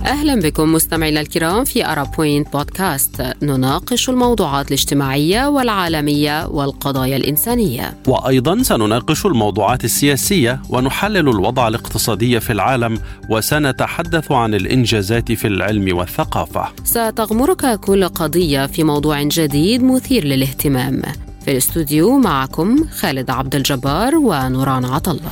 أهلا بكم مستمعينا الكرام في أرب بوينت بودكاست. نناقش الموضوعات الاجتماعية والعالمية والقضايا الإنسانية، وأيضا سنناقش الموضوعات السياسية ونحلل الوضع الاقتصادي في العالم، وسنتحدث عن الإنجازات في العلم والثقافة. ستغمرك كل قضية في موضوع جديد مثير للاهتمام. في الاستوديو معكم خالد عبد الجبار ونوران عطلة.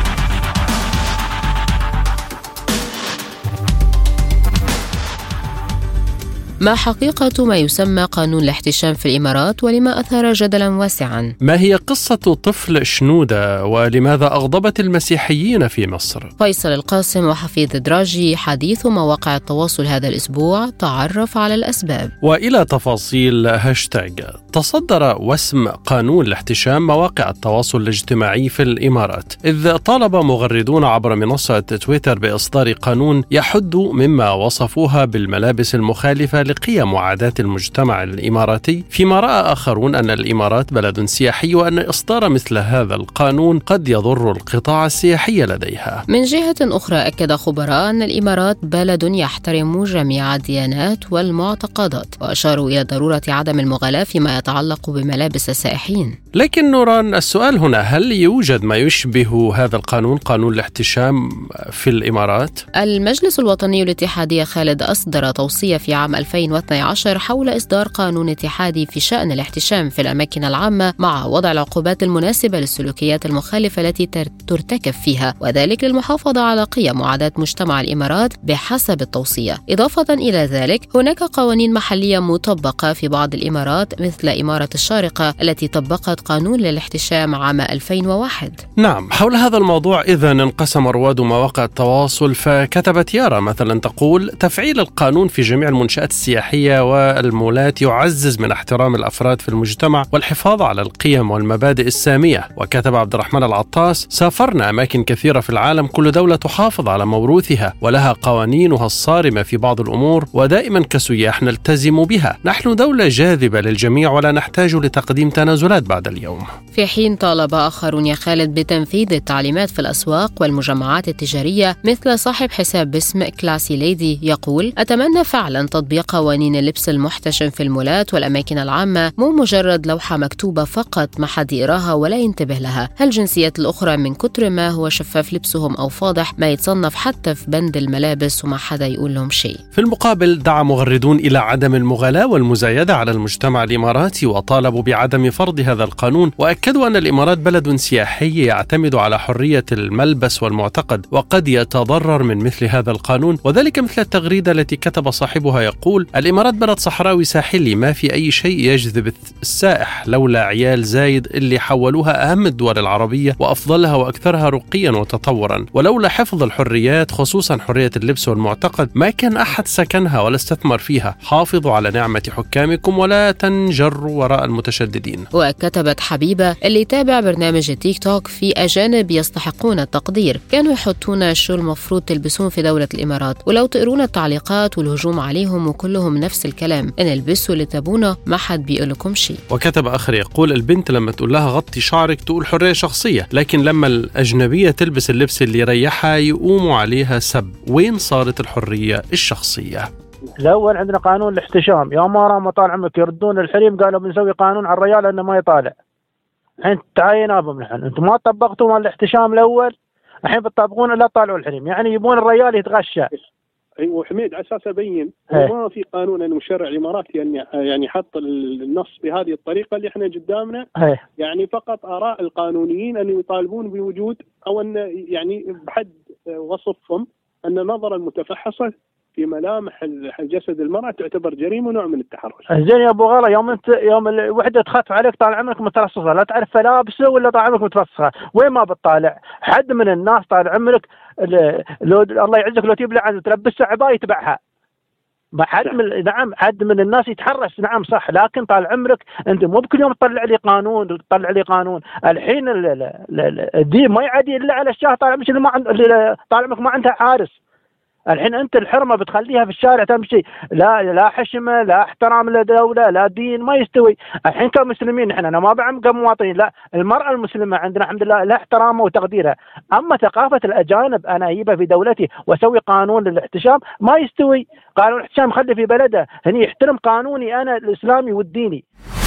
ما حقيقة ما يسمى قانون الاحتشام في الإمارات، ولما أثار جدلا واسعا؟ ما هي قصة طفل شنودة، ولماذا أغضبت المسيحيين في مصر؟ فيصل القاسم وحفيظ دراجي حديث مواقع التواصل هذا الأسبوع تعرف على الأسباب. وإلى تفاصيل هاشتاج. تصدر وسم قانون الاحتشام مواقع التواصل الاجتماعي في الإمارات، إذ طالب مغردون عبر منصة تويتر بإصدار قانون يحد مما وصفوها بالملابس المخالفة لقيم وعادات المجتمع الإماراتي، فيما رأى آخرون أن الإمارات بلد سياحي وأن إصدار مثل هذا القانون قد يضر القطاع السياحي لديها. من جهة أخرى أكد خبراء أن الإمارات بلد يحترم جميع الديانات والمعتقدات، وأشاروا إلى ضرورة عدم المغالاة فيما يتعلق بملابس السائحين. لكن نوران، السؤال هنا، هل يوجد ما يشبه هذا القانون، قانون الاحتشام في الإمارات؟ المجلس الوطني الاتحادي خالد أصدر توصية في عام 2012 حول إصدار قانون اتحادي في شأن الاحتشام في الأماكن العامة، مع وضع العقوبات المناسبة للسلوكيات المخالفة التي ترتكب فيها، وذلك للمحافظة على قيم وعادات مجتمع الإمارات بحسب التوصية. إضافة إلى ذلك، هناك قوانين محلية مطبقة في بعض الإمارات مثل إمارة الشارقة التي طبقت قانون للاحتشام عام 2001. نعم، حول هذا الموضوع إذن انقسم رواد مواقع التواصل، فكتبت يارا مثلا تقول: تفعيل القانون في جميع المنشآت السياحية والمولات يعزز من احترام الأفراد في المجتمع والحفاظ على القيم والمبادئ السامية. وكتب عبد الرحمن العطاس: سافرنا أماكن كثيرة في العالم، كل دولة تحافظ على موروثها ولها قوانينها الصارمة في بعض الأمور، ودائما كسياح نلتزم بها. نحن دولة جاذبة للجميع ولا نحتاج لتقديم تنازلات بعد اليوم. في حين طالب آخرون يا خالد بتنفيذ التعليمات في الأسواق والمجمعات التجارية، مثل صاحب حساب باسم كلاسي ليدي يقول: أتمنى فعلا تطبيق قوانين اللبس المحتشم في المولات والأماكن العامة، مو مجرد لوحة مكتوبة فقط ما حد يقراها ولا ينتبه لها. هالجنسيات الأخرى من كتر ما هو شفاف لبسهم أو فاضح ما يتصنف حتى في بند الملابس وما حدا يقول لهم شيء. في المقابل، دعا مغردون إلى عدم المغالاة والمزايدة على المجتمع الإماراتي، وطالبوا بعدم فرض هذا القانون، وأكدوا أن الإمارات بلد سياحي يعتمد على حرية الملبس والمعتقد، وقد يتضرر من مثل هذا القانون، وذلك مثل التغريدة التي كتب صاحبها يقول: الإمارات بلد صحراوي ساحلي، ما في أي شيء يجذب السائح لولا عيال زايد اللي حولوها أهم الدول العربية وأفضلها وأكثرها رقيا وتطورا، ولولا حفظ الحريات خصوصا حرية اللبس والمعتقد ما كان أحد سكنها ولا استثمر فيها. حافظوا على نعمة حكامكم ولا تنجروا وراء المتشددين. وكتبت حبيبة اللي تابع برنامج التيك توك: في أجانب يستحقون التقدير، كانوا يحطون شو المفروض تلبسون في دولة الإمارات، ولو تقرون التعليقات والهجوم عليهم وكلهم نفس الكلام، إن البسوا اللي تبونه ما حد بيقول لكم شيء. وكتب آخر يقول: البنت لما تقول لها غطي شعرك تقول حرية شخصية، لكن لما الأجنبية تلبس اللبس اللي يريحها يقوموا عليها سب. وين صارت الحرية الشخصية؟ الأول عندنا قانون الاحتشام، يوم ما راموا طال عمرك يردون الحريم قالوا بنسوي قانون على الرجال انه ما يطالع. الحين تعاينا بهم، الحين انتم ما طبقتوا مال الاحتشام الاول، الحين بتطبقون لا طالعوا الحريم، يعني يبون الرجال يتغشى. ايوه حميد، على اساس ابين ما في قانون ان المشرع الاماراتي يعني حط النص بهذه الطريقه اللي احنا قدامنا. يعني فقط اراء القانونيين ان يطالبون بوجود او ان يعني بحد وصفهم ان النظره المتفحصه في ملامح الجسد المرأة تعتبر جريمة ونوع من التحرش. زين يا ابو غلا، يوم الوحده تخاف عليك طال عمرك مترصصه، لا تعرف ملابسه ولا طال عمرك مترصصه، وين ما بتطالع حد من الناس طال عمرك لو الله يعزك لو تجيب له تلبسه عباية يتبعها. نعم حد من الناس يتحرش، نعم صح، لكن طال عمرك انت مو بكل يوم تطلع لي قانون. الحين الدين ما يعدي الا على الشاه طال عمرك اللي طال عمرك ما عندها حارس. الحين أنت الحرمة بتخليها في الشارع تمشي، لا حشمة، لا احترام لدولة، لا دين، ما يستوي. الحين كمسلمين أنا ما بعم كمواطنين، لا، المرأة المسلمة عندنا الحمد لله لها احترامها وتقديرها. أما ثقافة الأجانب أنا أجيبها في دولتي وأسوي قانون للاحتشام ما يستوي. قانون الاحتشام خلي في بلده، هني يحترم قانوني أنا الإسلامي والديني.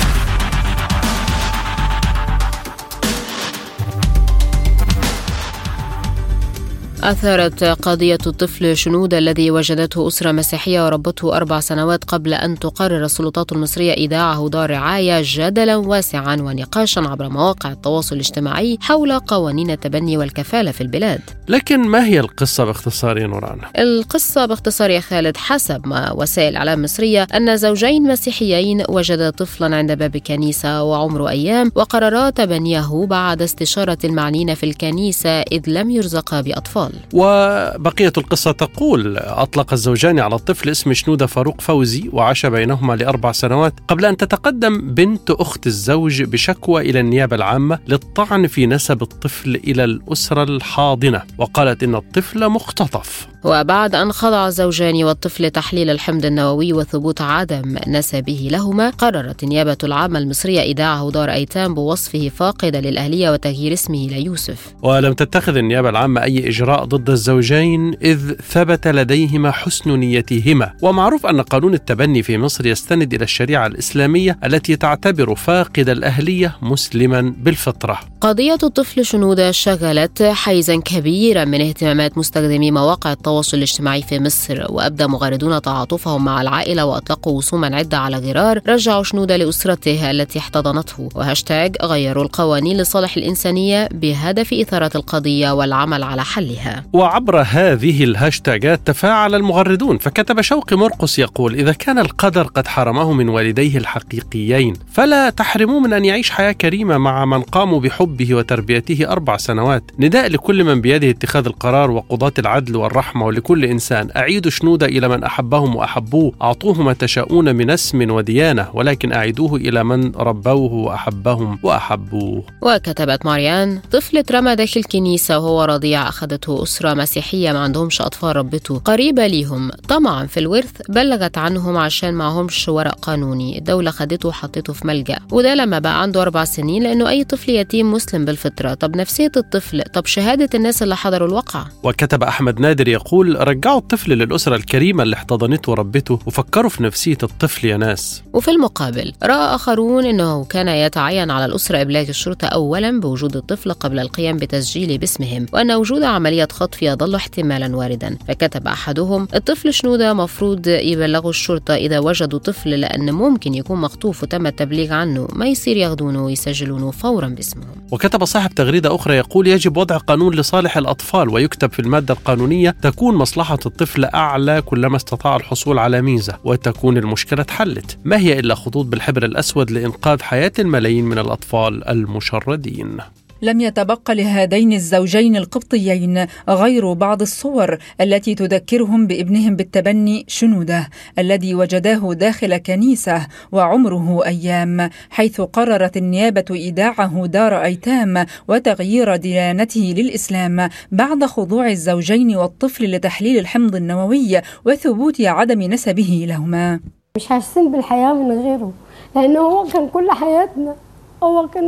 أثارت قضية الطفل شنودة الذي وجدته أسرة مسيحية وربته 4 سنوات قبل أن تقرر السلطات المصرية إيداعه دار رعاية جدلا واسعا ونقاشا عبر مواقع التواصل الاجتماعي حول قوانين التبني والكفالة في البلاد. لكن ما هي القصة باختصار يا نوران؟ القصة باختصار يا خالد، حسب ما وسائل إعلام مصرية أن زوجين مسيحيين وجدا طفلا عند باب الكنيسة وعمره أيام، وقررا تبنيه بعد استشارة المعنيين في الكنيسة إذ لم يرزقا بأطفال. وبقية القصة تقول أطلق الزوجان على الطفل اسم شنودة فاروق فوزي وعاش بينهما ل4 سنوات قبل أن تتقدم بنت أخت الزوج بشكوى إلى النيابة العامة للطعن في نسب الطفل إلى الأسرة الحاضنة، وقالت إن الطفل مختطف. وبعد أن خضع الزوجان والطفل تحليل الحمض النووي وثبوت عدم نسبه لهما، قررت النيابة العامة المصرية إيداعه دار أيتام بوصفه فاقدا للأهلية وتغيير اسمه ليوسف. ولم تتخذ النيابة العامة أي إجراء ضد الزوجين إذ ثبت لديهما حسن نيتهما. ومعروف أن قانون التبني في مصر يستند إلى الشريعة الإسلامية التي تعتبر فاقد الأهلية مسلما بالفطرة. قضية الطفل شنودة شغلت حيزا كبيرا من اهتمامات مستخدمي مواقع التواصل الاجتماعي في مصر، وأبدى مغردون تعاطفهم مع العائلة وأطلقوا وصوما عدة على غرار رجعوا شنودة لأسرته التي احتضنته، وهاشتاج غيروا القوانين لصالح الإنسانية بهدف إثارة القضية والعمل على حلها. وعبر هذه الهاشتاجات تفاعل المغردون، فكتب شوقي مرقس يقول: إذا كان القدر قد حرمه من والديه الحقيقيين فلا تحرموه من أن يعيش حياة كريمة مع من قاموا بحبه وتربيته 4 سنوات. نداء لكل من بيده اتخاذ القرار وقضاة العدل والرحمة، ولكل إنسان: أعيدوا شنودة إلى من أحبهم وأحبوه، أعطوه ما تشاءون من اسم وديانة، ولكن أعيدوه إلى من ربوه وأحبهم وأحبوه. وكتبت ماريان: طفل اترمى داخل كنيسة وهو رضيع، أخذته أسرة مسيحية ما عندهمش أطفال ربته قريبة ليهم، طمعا في الورث بلغت عنهم عشان معهمش ورق قانوني، الدولة خدته وحطته في ملجأ، وده لما بقى عنده 4 سنين، لأنه أي طفل يتيم مسلم بالفطرة. طب نفسية الطفل؟ طب شهادة الناس اللي حضروا الواقعة؟ وكتب أحمد نادر يقول: رجعوا الطفل للأسرة الكريمة اللي احتضنته وربته، وفكروا في نفسية الطفل يا ناس. وفي المقابل رأى آخرون أنه كان يتعين على الأسرة إبلاغ الشرطة أولا بوجود الطفل قبل القيام بتسجيله باسمهم، وأن وجود عملية خطف يظل احتمالا واردا. فكتب أحدهم: الطفل شنودة مفروض يبلغوا الشرطة إذا وجدوا طفل، لأن ممكن يكون مخطوف وتم التبليغ عنه، ما يصير ياخدونه ويسجلونه فورا باسمهم. وكتب صاحب تغريدة أخرى يقول: يجب وضع قانون لصالح الأطفال، ويكتب في المادة القانونية: تكون مصلحة الطفل أعلى كلما استطاع الحصول على ميزة، وتكون المشكلة اتحلت. ما هي إلا خطوط بالحبر الأسود لإنقاذ حياة الملايين من الأطفال المشردين. لم يتبقى لهذين الزوجين القبطيين غير بعض الصور التي تذكرهم بابنهم بالتبني شنودة الذي وجداه داخل كنيسة وعمره أيام، حيث قررت النيابة إيداعه دار أيتام وتغيير ديانته للإسلام بعد خضوع الزوجين والطفل لتحليل الحمض النووي وثبوت عدم نسبه لهما. مش حاسين بالحياة من غيره، لأنه هو كان كل حياتنا، هو كان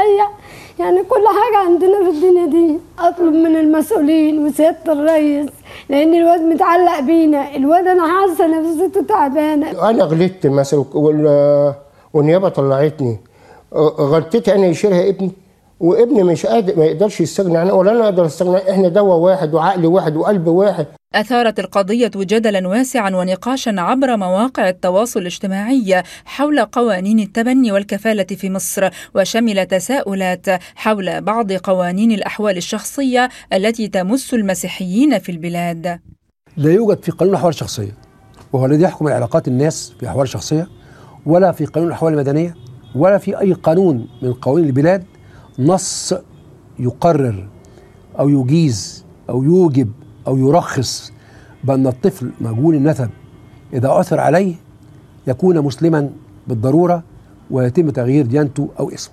يعني كل حاجة عندنا في الدنيا دي. أطلب من المسؤولين وسيادة الرئيس، لأن الواد متعلق بينا، الواد أنا حاسة نفسيته تعبانة. أنا غلطت مثلا والنيابة طلعتني، غلطتي أنا يشيلها ابني، وابني مش قادر، ما يقدرش يستغنى عنه ولا أنا أقدر أستغنى. إحنا دواء واحد وعقل واحد وقلب واحد. أثارت القضية جدلا واسعا ونقاشا عبر مواقع التواصل الاجتماعي حول قوانين التبني والكفالة في مصر، وشمل تساؤلات حول بعض قوانين الأحوال الشخصية التي تمس المسيحيين في البلاد. لا يوجد في قانون الأحوال الشخصية، وهو الذي يحكم علاقات الناس في أحوال شخصية، ولا في قانون الأحوال المدنية، ولا في أي قانون من قوانين البلاد نص يقرر أو يجيز أو يوجب أو يرخص بأن الطفل مجهول النسب إذا أثر عليه يكون مسلما بالضرورة ويتم تغيير ديانته أو اسمه.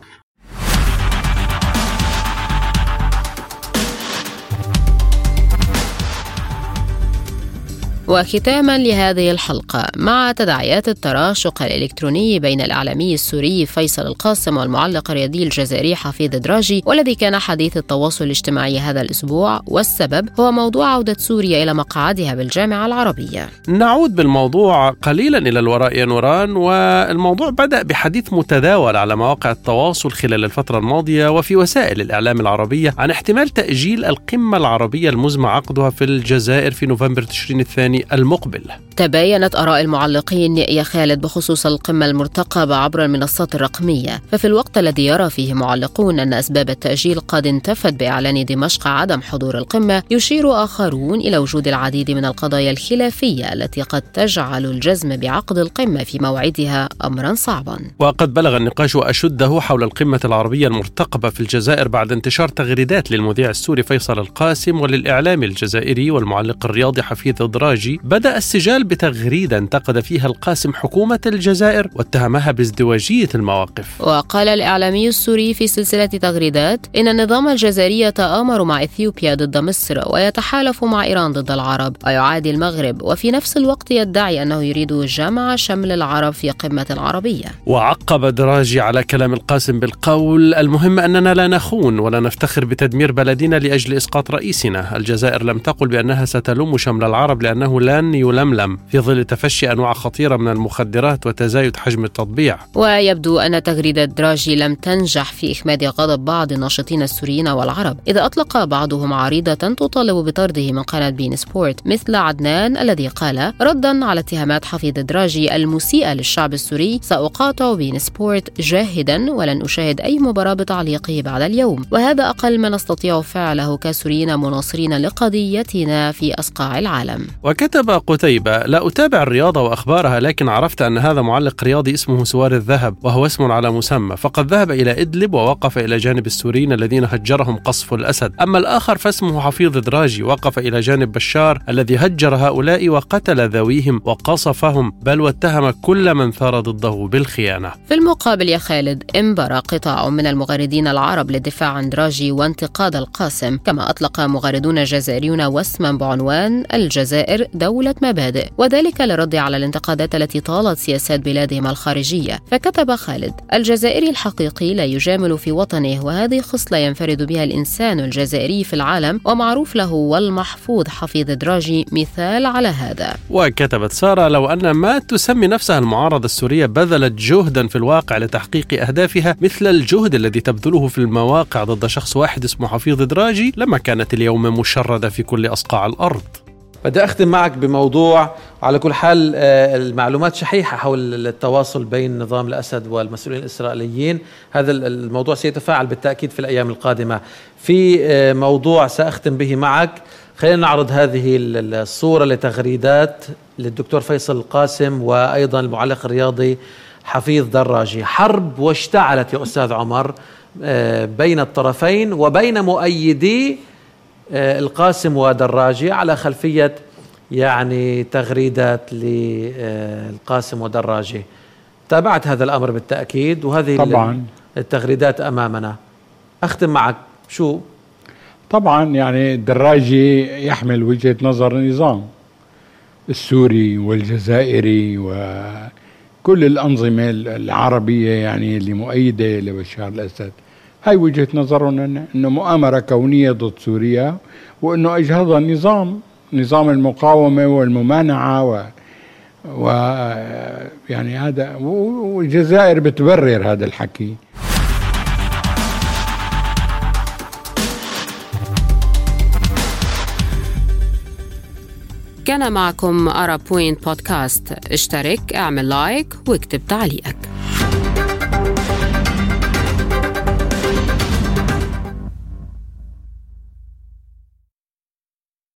وختاما لهذه الحلقة، مع تداعيات التراشق الإلكتروني بين الإعلامي السوري فيصل القاسم والمعلق الرياضي الجزائري حفيظ دراجي، والذي كان حديث التواصل الاجتماعي هذا الأسبوع، والسبب هو موضوع عودة سوريا إلى مقعدها بالجامعة العربية. نعود بالموضوع قليلا إلى الوراء يا نوران، والموضوع بدأ بحديث متداول على مواقع التواصل خلال الفترة الماضية وفي وسائل الإعلام العربية عن احتمال تأجيل القمة العربية المزمع عقدها في الجزائر في نوفمبر تشرين الثاني المقبل. تباينت آراء المعلقين يا خالد بخصوص القمة المرتقبة عبر المنصات الرقمية، ففي الوقت الذي يرى فيه معلقون أن أسباب التأجيل قد انتفت بإعلان دمشق عدم حضور القمة، يشير آخرون إلى وجود العديد من القضايا الخلافية التي قد تجعل الجزم بعقد القمة في موعدها أمرا صعبا. وقد بلغ النقاش أشده حول القمة العربية المرتقبة في الجزائر بعد انتشار تغريدات للمذيع السوري فيصل القاسم وللإعلامي الجزائري والمعلق الرياضي حفيظ دراجي. بدأ السجال بتغريدة انتقد فيها القاسم حكومة الجزائر واتهمها بازدواجية المواقف. وقال الإعلامي السوري في سلسلة تغريدات إن النظام الجزائري يتآمر مع إثيوبيا ضد مصر ويتحالف مع إيران ضد العرب ويعادي المغرب، وفي نفس الوقت يدعي أنه يريد جمع شمل العرب في قمة عربية. وعقب دراجي على كلام القاسم بالقول: المهم أننا لا نخون ولا نفتخر بتدمير بلدنا لأجل إسقاط رئيسنا. الجزائر لم تقل بأنها ستلم شمل العرب لأنه لن يلملم في ظل تفشي أنواع خطيرة من المخدرات وتزايد حجم التطبيع. ويبدو أن تغريدة دراجي لم تنجح في إخماد غضب بعض الناشطين السوريين والعرب، إذا أطلق بعضهم عريضة تطالب بطرده من قناة بين سبورت، مثل عدنان الذي قال ردا على اتهامات حفيظ دراجي المسيئة للشعب السوري: سأقاطع بين سبورت جاهدا ولن أشاهد أي مباراة بتعليقه بعد اليوم، وهذا أقل ما نستطيع فعله كسوريين مناصرين لقضيتنا في أصقاع العالم. وكتب قتيبة: لا أتابع الرياضة وأخبارها، لكن عرفت أن هذا معلق رياضي اسمه سوار الذهب، وهو اسم على مسمى، فقد ذهب إلى إدلب ووقف إلى جانب السوريين الذين هجرهم قصف الأسد. أما الآخر فاسمه حفيظ دراجي، وقف إلى جانب بشار الذي هجر هؤلاء وقتل ذويهم وقصفهم، بل واتهم كل من ثار ضده بالخيانة. في المقابل يا خالد، انبر قطاع من المغردين العرب للدفاع عن دراجي وانتقاد القاسم، كما أطلق مغردون جزائريون وسما بعنوان الجزائر دولة مبادئ، وذلك للرد على الانتقادات التي طالت سياسات بلادهم الخارجية. فكتب خالد: الجزائري الحقيقي لا يجامل في وطنه، وهذه خصلة ينفرد بها الإنسان الجزائري في العالم، ومعروف له والمحفوظ حفيظ دراجي مثال على هذا. وكتبت سارة: لو أن ما تسمي نفسها المعارضة السورية بذلت جهدا في الواقع لتحقيق أهدافها مثل الجهد الذي تبذله في المواقع ضد شخص واحد اسمه حفيظ دراجي، لما كانت اليوم مشردة في كل أصقاع الأرض. بدي أختم معك بموضوع، على كل حال المعلومات شحيحة حول التواصل بين نظام الأسد والمسؤولين الإسرائيليين. هذا الموضوع سيتفاعل بالتأكيد في الأيام القادمة. في موضوع سأختم به معك، خلينا نعرض هذه الصورة لتغريدات للدكتور فيصل القاسم وأيضا المعلق الرياضي حفيظ دراجي. حرب واشتعلت يا أستاذ عمر بين الطرفين وبين مؤيدي القاسم ودراجي على خلفية يعني تغريدات للقاسم ودراجي. تابعت هذا الأمر بالتأكيد، وهذه طبعا التغريدات أمامنا. أختم معك، شو طبعا يعني دراجي يحمل وجهة نظر النظام السوري والجزائري وكل الأنظمة العربية يعني اللي مؤيدة لبشار الأسد. هاي وجهة نظرنا، انه مؤامرة كونية ضد سوريا، وانه اجهضها نظام المقاومة والممانعة يعني هذا، والجزائر بتبرر هذا الحكي. كان معكم Arab Point بودكاست. اشترك، اعمل لايك واكتب تعليقك.